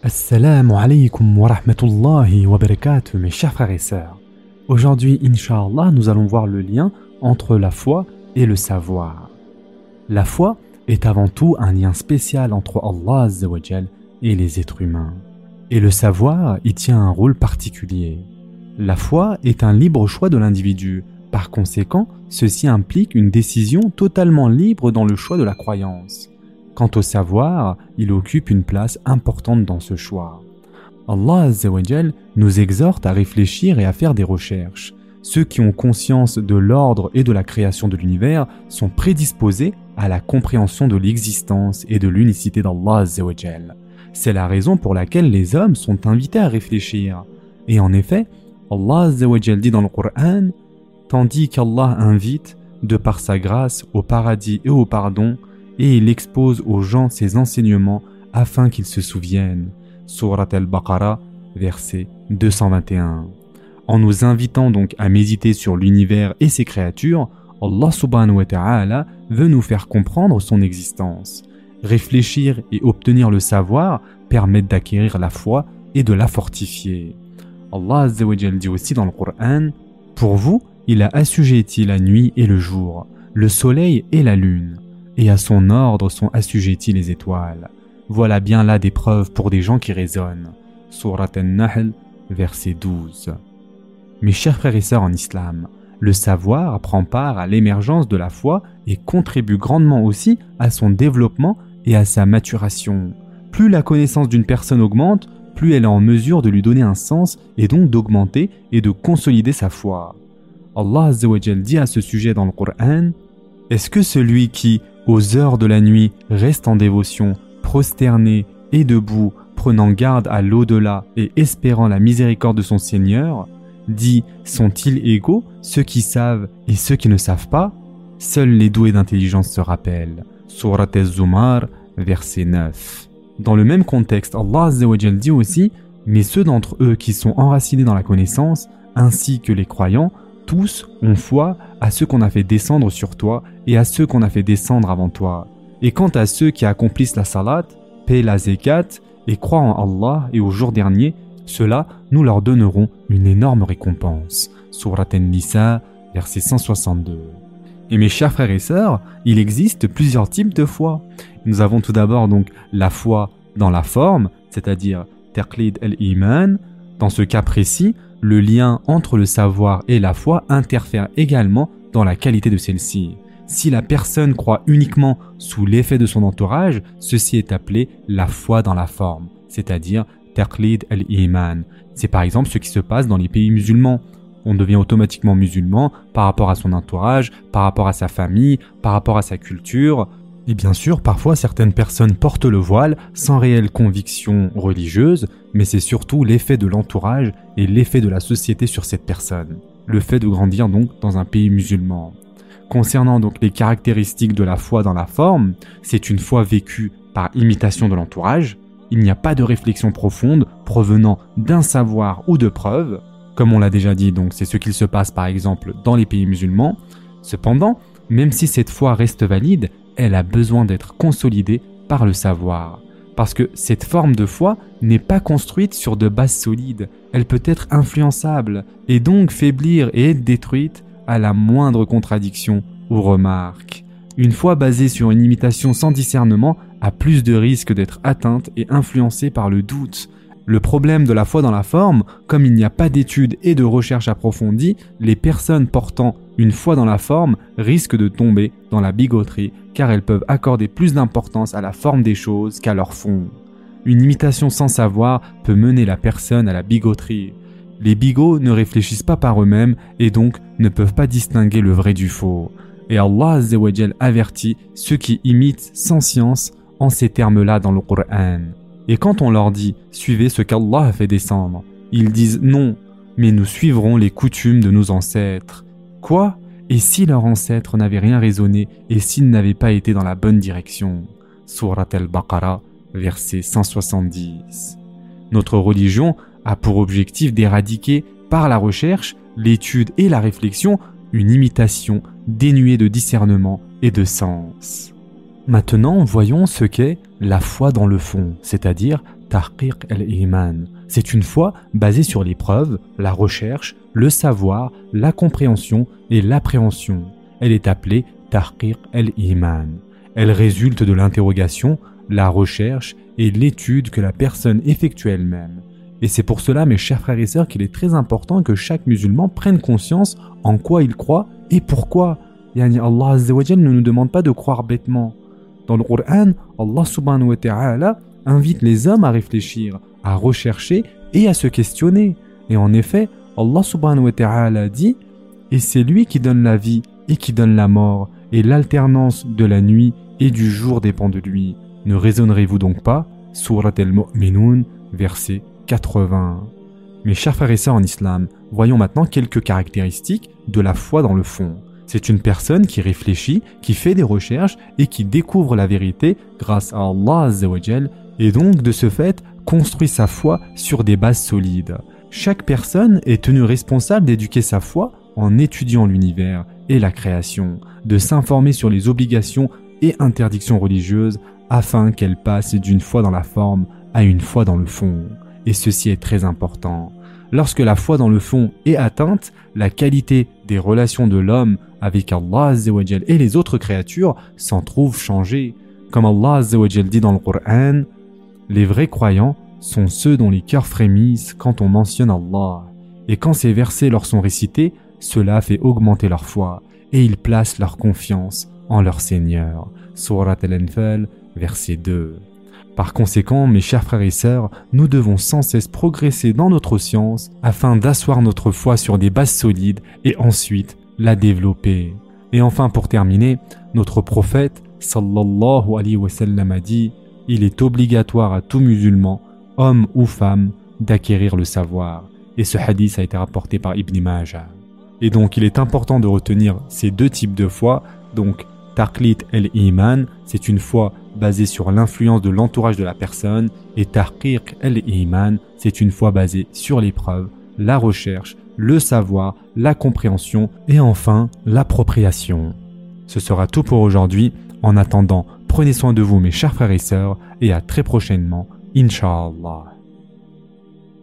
Assalamu alaikum wa rahmatullahi wa barakatuh, mes chers frères et sœurs. Aujourd'hui, Inch'Allah, nous allons voir le lien entre la foi et le savoir. La foi est avant tout un lien spécial entre Allah Azza wa Jal et les êtres humains. Et le savoir y tient un rôle particulier. La foi est un libre choix de l'individu. Par conséquent, ceci implique une décision totalement libre dans le choix de la croyance. Quant au savoir, il occupe une place importante dans ce choix. Allah Azza wa Jal nous exhorte à réfléchir et à faire des recherches. Ceux qui ont conscience de l'ordre et de la création de l'univers sont prédisposés à la compréhension de l'existence et de l'unicité d'Allah Azza wa Jal. C'est la raison pour laquelle les hommes sont invités à réfléchir. Et en effet, Allah Azza wa Jal dit dans le Coran, tandis qu'Allah invite, de par sa grâce, au paradis et au pardon, et il expose aux gens ses enseignements afin qu'ils se souviennent. Surat al-Baqarah, verset 221. En nous invitant donc à méditer sur l'univers et ses créatures, Allah subhanahu wa ta'ala veut nous faire comprendre son existence. Réfléchir et obtenir le savoir permettent d'acquérir la foi et de la fortifier. Allah Azza wa Jal dit aussi dans le Coran, « Pour vous, il a assujetti la nuit et le jour, le soleil et la lune. Et à son ordre sont assujettis les étoiles. Voilà bien là des preuves pour des gens qui raisonnent. » Surat An-Nahl, verset 12. Mes chers frères et sœurs en islam, le savoir prend part à l'émergence de la foi et contribue grandement aussi à son développement et à sa maturation. Plus la connaissance d'une personne augmente, plus elle est en mesure de lui donner un sens et donc d'augmenter et de consolider sa foi. Allah Azza wa Jal dit à ce sujet dans le Coran, « Est-ce que celui qui, aux heures de la nuit, reste en dévotion, prosterné et debout, prenant garde à l'au-delà et espérant la miséricorde de son Seigneur, dit, sont-ils égaux, ceux qui savent et ceux qui ne savent pas? Seuls les doués d'intelligence se rappellent. » Surat Az-Zumar, verset 9. Dans le même contexte, Allah Azza wa Jal dit aussi, « Mais ceux d'entre eux qui sont enracinés dans la connaissance, ainsi que les croyants, tous ont foi à ceux qu'on a fait descendre sur toi et à ceux qu'on a fait descendre avant toi. Et quant à ceux qui accomplissent la salat, paient la zakat et croient en Allah et au jour dernier, ceux-là, nous leur donnerons une énorme récompense. » Surat An-Nisa, verset 162. Et mes chers frères et sœurs, il existe plusieurs types de foi. Nous avons tout d'abord donc la foi dans la forme, c'est-à-dire taqlid al-iman. Dans ce cas précis, le lien entre le savoir et la foi interfère également dans la qualité de celle-ci. Si la personne croit uniquement sous l'effet de son entourage, ceci est appelé la foi dans la forme, c'est-à-dire taqlid al-iman. C'est par exemple ce qui se passe dans les pays musulmans. On devient automatiquement musulman par rapport à son entourage, par rapport à sa famille, par rapport à sa culture. Et bien sûr, parfois certaines personnes portent le voile sans réelle conviction religieuse, mais c'est surtout l'effet de l'entourage et l'effet de la société sur cette personne. Le fait de grandir donc dans un pays musulman. Concernant donc les caractéristiques de la foi dans la forme, c'est une foi vécue par imitation de l'entourage. Il n'y a pas de réflexion profonde provenant d'un savoir ou de preuves. Comme on l'a déjà dit, donc c'est ce qu'il se passe par exemple dans les pays musulmans. Cependant, même si cette foi reste valide, elle a besoin d'être consolidée par le savoir. Parce que cette forme de foi n'est pas construite sur de bases solides. Elle peut être influençable et donc faiblir et être détruite à la moindre contradiction ou remarque. Une foi basée sur une imitation sans discernement a plus de risques d'être atteinte et influencée par le doute. Le problème de la foi dans la forme, comme il n'y a pas d'études et de recherches approfondies, les personnes portant une foi dans la forme risquent de tomber dans la bigoterie car elles peuvent accorder plus d'importance à la forme des choses qu'à leur fond. Une imitation sans savoir peut mener la personne à la bigoterie. Les bigots ne réfléchissent pas par eux-mêmes et donc ne peuvent pas distinguer le vrai du faux. Et Allah Azza wa Jal avertit ceux qui imitent sans science en ces termes-là dans le Coran. Et quand on leur dit « suivez ce qu'Allah a fait descendre », ils disent « non, mais nous suivrons les coutumes de nos ancêtres ». Quoi ? Et si leurs ancêtres n'avaient rien raisonné et s'ils n'avaient pas été dans la bonne direction ? Surat al-Baqarah, verset 170. Notre religion a pour objectif d'éradiquer, par la recherche, l'étude et la réflexion, une imitation dénuée de discernement et de sens. Maintenant, voyons ce qu'est la foi dans le fond, c'est-à-dire tahqiq al-iman. C'est une foi basée sur l'épreuve, la recherche, le savoir, la compréhension et l'appréhension. Elle est appelée tahqiq al-iman. Elle résulte de l'interrogation, la recherche et l'étude que la personne effectue elle-même. Et c'est pour cela, mes chers frères et sœurs, qu'il est très important que chaque musulman prenne conscience en quoi il croit et pourquoi. Yani Allah Azza wa Jal ne nous demande pas de croire bêtement. Dans le Coran, Allah subhanahu wa ta'ala invite les hommes à réfléchir, à rechercher et à se questionner. Et en effet, Allah subhanahu wa ta'ala dit « Et c'est lui qui donne la vie et qui donne la mort, et l'alternance de la nuit et du jour dépend de lui. Ne raisonnerez-vous donc pas ?» Surat al-Mu'minun, verset 80. Mes chers frères et sœurs en islam, voyons maintenant quelques caractéristiques de la foi dans le fond. C'est une personne qui réfléchit, qui fait des recherches et qui découvre la vérité grâce à Allah Azza wa Jal et donc de ce fait construit sa foi sur des bases solides. Chaque personne est tenue responsable d'éduquer sa foi en étudiant l'univers et la création, de s'informer sur les obligations et interdictions religieuses afin qu'elle passe d'une foi dans la forme à une foi dans le fond. Et ceci est très important. Lorsque la foi dans le fond est atteinte, la qualité des relations de l'homme avec Allah Azza wa Jal et les autres créatures s'en trouve changée. Comme Allah Azza wa Jal dit dans le Coran, les vrais croyants sont ceux dont les cœurs frémissent quand on mentionne Allah. Et quand ces versets leur sont récités, cela fait augmenter leur foi et ils placent leur confiance en leur Seigneur. Surat Al-Anfal, verset 2. Par conséquent, mes chers frères et sœurs, nous devons sans cesse progresser dans notre science afin d'asseoir notre foi sur des bases solides et ensuite la développer. Et enfin, pour terminer, notre prophète, sallallahu alayhi wa sallam, a dit « Il est obligatoire à tout musulman, homme ou femme, d'acquérir le savoir. » Et ce hadith a été rapporté par Ibn Majah. Et donc, il est important de retenir ces deux types de foi. Donc, Taqlit el-Iman, c'est une foi basée sur l'influence de l'entourage de la personne, et Tahqiq el-Iman, c'est une foi basée sur l'épreuve, la recherche, le savoir, la compréhension et enfin l'appropriation. Ce sera tout pour aujourd'hui. En attendant, prenez soin de vous mes chers frères et sœurs et à très prochainement, Inch'Allah.